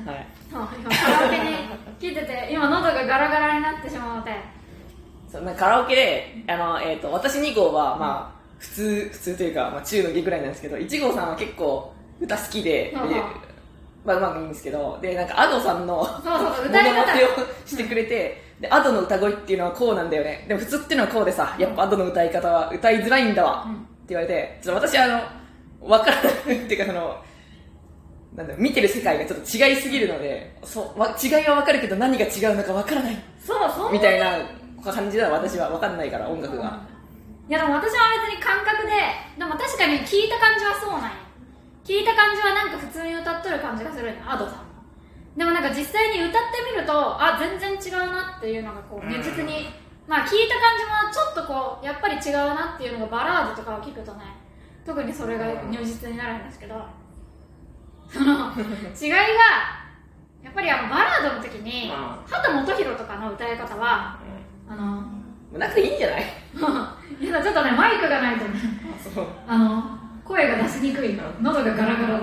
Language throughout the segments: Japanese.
はい、 そう今カラオケに聞いてて今喉がガラガラになってしまうので、 そうなんかカラオケで私2号はまあ普通というか、まあ、中の下ぐらいなんですけど、1号さんは結構歌好きで、まあうまくいいんですけど、でなんか Ado さんのモノマネをしてくれて、で Ado の歌声っていうのはこうなんだよね、でも普通っていうのはこうでさ、やっぱ Ado の歌い方は歌いづらいんだわ、って言われて、ちょっと私分からないっていうかなんだ見てる世界がちょっと違いすぎるので、違いは分かるけど何が違うのか分からないみたいな感じでは私は分かんないから音楽が、 いやでも私は別に感覚で、でも確かに聞いた感じはそうなんよ。聞いた感じはなんか普通に歌っとる感じがするんよ、Adoさんも。でもなんか実際に歌ってみると、全然違うなっていうのがこう如実に、まあ聞いた感じもちょっとこうやっぱり違うなっていうのがバラードとかを聞くとね、特にそれが如実になるんですけど、その違いがやっぱりバラードの時に秦基博とかの歌い方はなんかいいんじゃないいやちょっとねマイクがないとね声が出しにくい、喉がガラガラだから。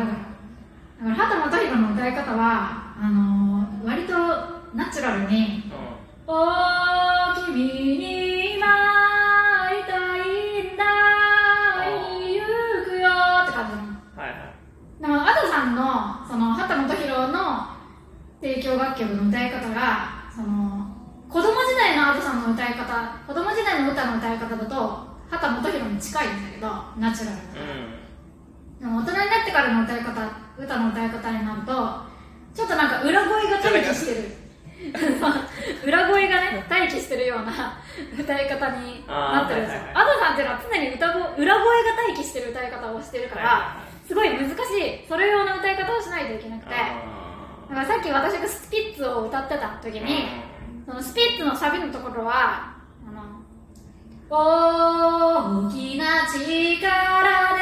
だから秦基博の歌い方は割とナチュラルに「おー君に会いたいんだ会いに行くよ」って感じなの。でも Ado さんのその秦基博の提供楽曲の歌い方が子供時代の Ado さんの歌い方、子供時代の歌の歌い方だと秦基博に近いんだけど、ナチュラルだから、でも大人になってからの歌の歌い方になるとちょっとなんか裏声が待機してる裏声がね待機してるような歌い方になってるんですよ。Ado さんっていうのは常に裏声が待機してる歌い方をしてるから、すごい難しいそれ用の歌い方をしないといけなくて、だからさっき私がスピッツを歌ってた時に、そのスピッツのサビのところは大きな力で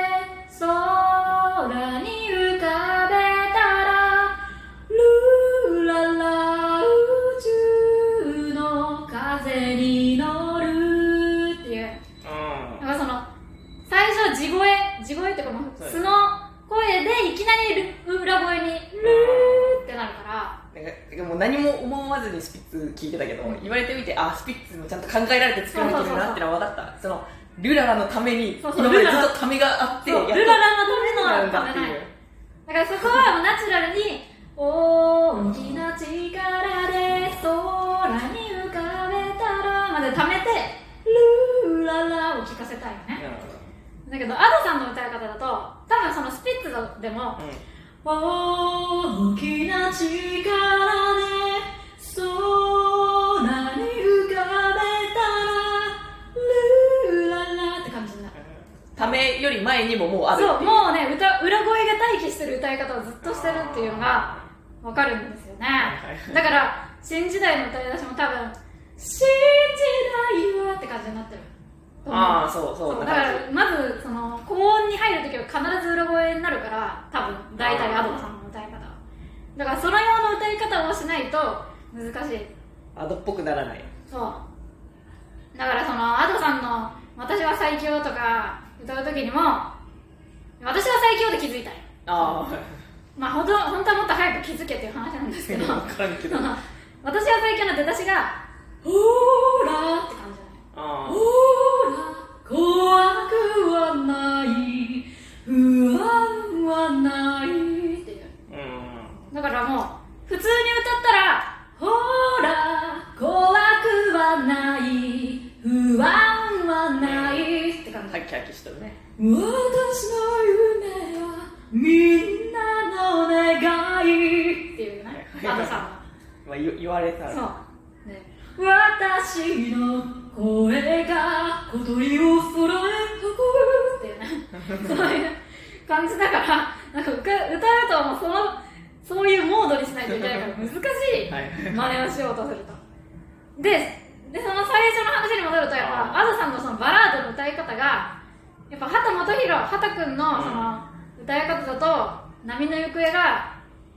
空に浮かべたらルーララ宇宙の風に乗るっていう、なんかその最初地声ってこの素の声でいきなり裏声にルーってなるから、 もう何も思わずにスピッツ聞いてたけど、言われてみてスピッツもちゃんと考えられて作られてるなってのは分かった。そのルララのために今までずっとためがあって、 ルララのためのためない。だからそこはナチュラルに大きな力で空に浮かべたらまでためてルーララを聞かせたいよね。だけど Ado さんの歌い方だと多分そのスピッツでも、大きな力で空に浮かべたらルーララって感じになる。 ためより前にももうある。 そう、もうね裏声が待機してる歌い方をずっとしてるっていうのが分かるんですよね。だから新時代の歌い出しも多分新時代はって感じになってる。 そうだからまずその高音に入るときは必ず裏声になるから多分大体 Ado さんの歌い方はだからその用の歌い方をしないと難しい。 Ado っぽくならない。 そうだからその Ado さんの私は最強とか歌うときにも私は最強で気づいたよ。まあ本当はもっと早く気づけっていう話なんですけど私は最強の出だしがほーらーって感じじゃない。ほーら怖くはない不安はないっていう、だからもう普通に歌ったらほーら怖くはない不安はないって感じ。 ハキハキしてるね。 私の夢はみんなの願いっていうね、Adoさんが言われたらそう、ね、私の声が小鳥を空へ運ぶっていうねそういう感じだから、なんか歌うともうそういうモードにしないといけないから難しい真似をしようとするとでその最初の話に戻ると、やっぱAdoさんのそのバラードの歌い方がやっぱ秦君のその歌い方だと波の行方が、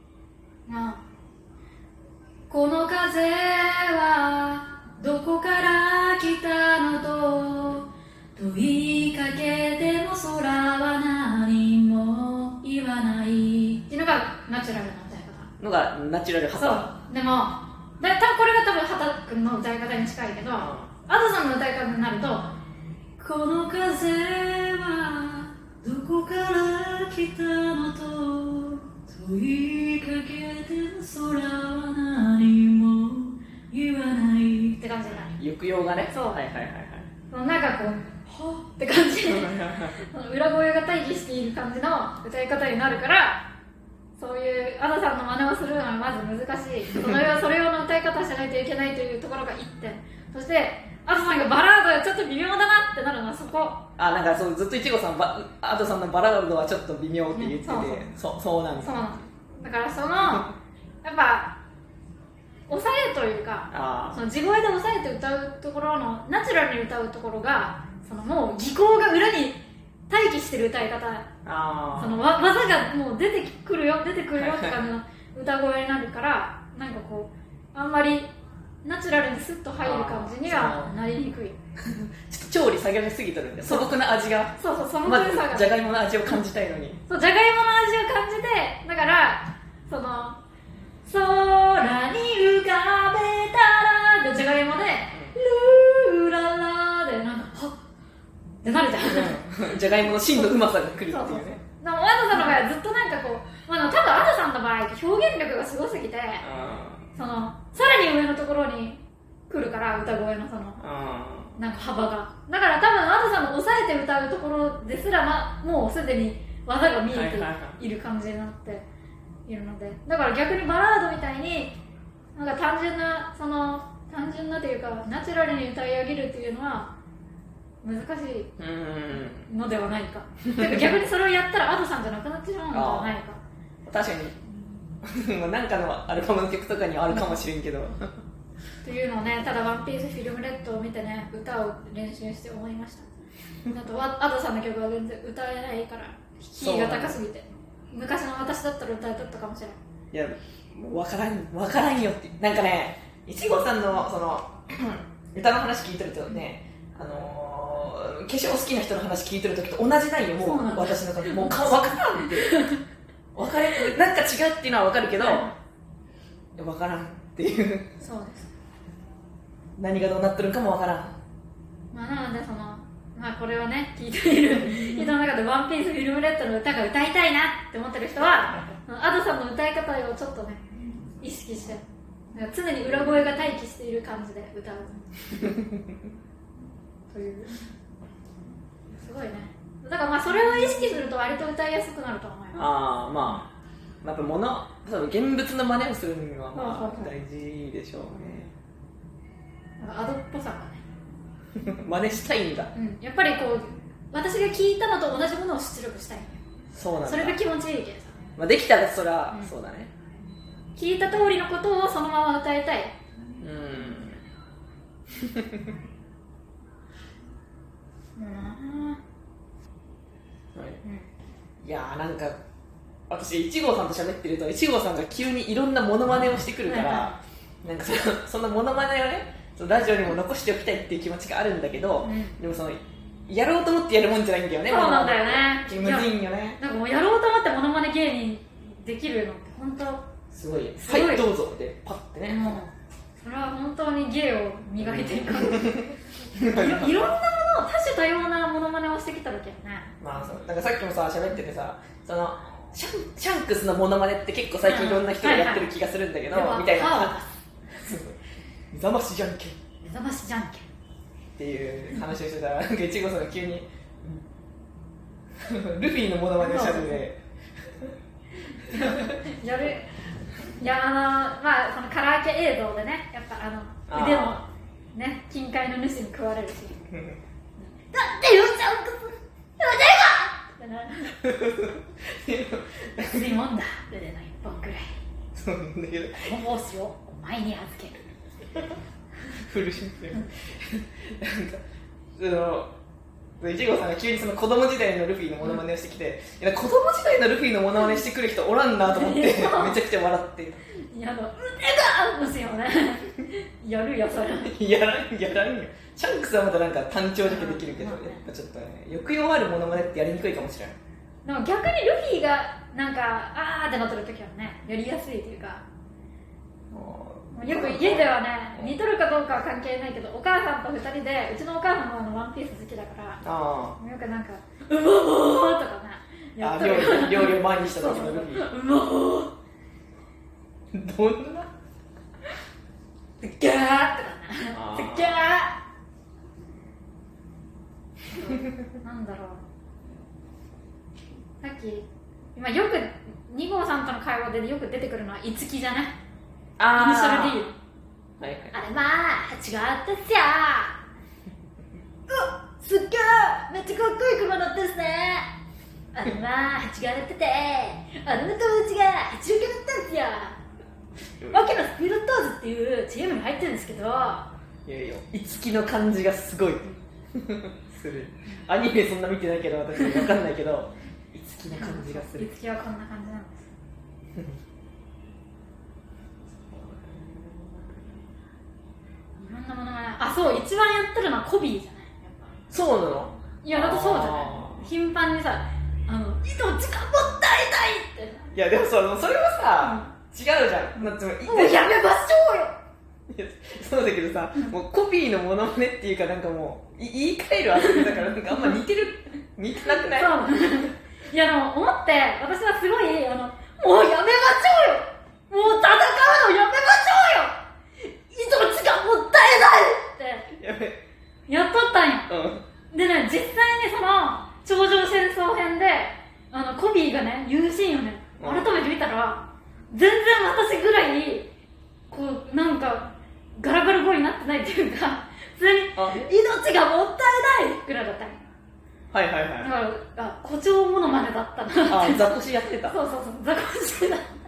この風はどこから来たのと問いかけても空は何も言わないっていうのがナチュラルな歌い方のがナチュラルそう派でも多分これが多分畑君の歌い方に近いけど、Adoさんの歌い方になるとこの風はどこから来たのと問いかけて空は何も言わないって感じになる。 抑揚がね。 そうはいはいはいはい。 なんかこうはっって感じ裏声が待機している感じの歌い方になるから、そういうAdoさんの真似をするのはまず難しい。それ用の歌い方をしないといけないというところが1点。そしてAdoさんがバラードがちょっと微妙だなってなるのはそこ。 なんかそうずっといちごさんAdoさんのバラードはちょっと微妙って言ってて、そうなんです。 そうなんだからやっぱ抑えというかその地声で抑えて歌うところのナチュラルに歌うところがもう技巧が裏に待機してる歌い方、技がもう出てくるよって感じの歌声になるから、なんかこうあんまりナチュラルにスッと入る感じにはなりにくい。 ちょっと調理下げめすぎとるんで素朴な味が、 そのまずじゃがいもの味を感じたいのに、 じゃがいもの味を感じて、だから空に浮かべたらでじゃがいもでルーララでなんかはっってなるじゃん。 じゃがいもの芯のうまさが来るっていうね。 でもAdoさんの場合はずっとなんかこう、多分Adoさんの場合表現力がすごすぎて、さらに上のところに来るから歌声のなんか幅が、だから多分Adoさんの抑えて歌うところですら、もうすでに技が見えている感じになっているので、だから逆にバラードみたいになんか単純なというかナチュラルに歌い上げるっていうのは難しいのではないか。逆にそれをやったらAdoさんじゃなくなってしまうのではないか。 確かになんかのアルバムの曲とかにはあるかもしれんけどというのをね、ただワンピースフィルムレッドを見てね、歌を練習して思いました。あとAdoさんの曲は全然歌えないからキーが高すぎて、昔の私だったら歌えとったかもしれない。 いや分からんよって。なんかね、いちごさんの歌の話聞いてるとね、化粧好きな人の話聞いてる時と同じなんよ。もう私の感じもう分からんってなんか違うっていうのは分かるけど、分からんっていう。 そうです。 何がどうなってるかも分からん。 なのでこれはね、聞いている人の中でワンピースフィルムレッドの歌が歌いたいなって思ってる人はAdoさんの歌い方をちょっとね意識して、常に裏声が待機している感じで歌うというすごいね。だからそれを意識すると割と歌いやすくなると思います。 やっぱ現物の真似をするには大事でしょうね。 Adoっぽさがね真似したいんだ、 やっぱりこう私が聞いたのと同じものを出力したい。 そうなんだ。 それが気持ちいいけどさ、 できたらそりゃ、そうだね。 聞いた通りのことをそのまま歌いたい。 いやなんか私1号さんと喋ってると1号さんが急にいろんなモノマネをしてくるから、なんかそのモノマネをねラジオにも残しておきたいっていう気持ちがあるんだけど、でもやろうと思ってやるもんじゃないんだよね。 そうなんだよね。 むずいんよね。 なんかもうやろうと思ってモノマネ芸人できるのって本当すごい。はいどうぞでパッてね。 それは本当に芸を磨いていくいろんなものを多種多様なモノマネをしてきたわけよね。 なんかさっきもさ喋っててさ、シャンクスのモノマネって結構最近いろんな人がやってる気がするんだけど、みたいな。目覚ましじゃんけんっていう話をしてたら、なんかいちごさんが急にルフィのモノマネをし始めてやる。いやそのカラオケ映像でね、やっぱ腕もね金塊の主に食われるしだってよちゃんく腕が安いもんだ、腕の一本くらい。 そうなんだけどこの帽子をお前に預けるフルシンプル。なんかいちごさんが急に子供時代のルフィのモノマネをしてきて、子供時代のルフィのモノマネしてくる人おらんなと思ってめちゃくちゃ笑って。 腕がですよねやるよそれ。 やらんよ。シャンクスはまたなんか単調だけできるけど、やっぱちょっとね抑揚あるモノマネってやりにくいかもしれない。 でも逆にルフィがなんかあーってなってる時はねやりやすいというか、よく家ではね似とるかどうかは関係ないけど、お母さんと2人で、うちのお母さんもワンピース好きだから、よくなんかうまーとかねやっとる。 料理を前にした時のルフィ、 うまーどんなすっげーってかね、すっげーなんだろう、さっき今よく2号さんとの会話でよく出てくるのは「いつき」じゃね、イニシャル D、 はいはい、 あれまあ違ったっすよすっげーめっちゃかっこいい車乗ってるっすね、あれまあ違ってて、あれの友達が8億だったんですよ、わけのスピードトーズっていうチームに入ってるんですけど、 いやいや、いつきの感じがすごいする。アニメそんな見てないけど、私わかんないけど、いつきの感じがする。 いつきはこんな感じなんです。いろんなものが、あ、そう、一番やってるのはコビーじゃない、やっぱ。 そうなの？ いや、だってそうじゃない。頻繁にさ、命がもったいないって。 いや、でもそれはさ、違うじゃん。もうやめましょうよ。 いやそうだけどさ、もうコピーのモノマネっていうか、なんかもう言い換える遊びだから、なんかあんま似てなくない？ そう。いや、でも思って、私はすごい、もうやめましょうよ、もう戦うのやめましょうよ、命がもったいないってやっとったんよ。でね、実際にその頂上戦争編でコビーがね言うシーンをね改めて見たら、全然私ぐらいこうなんかガラガラ声になってないっていうか、普通に命がもったいないぐらいだったんよ。 はいはいはい。 だから誇張モノマネだったなって。 ザコシやってた。 そう、ザコシだった。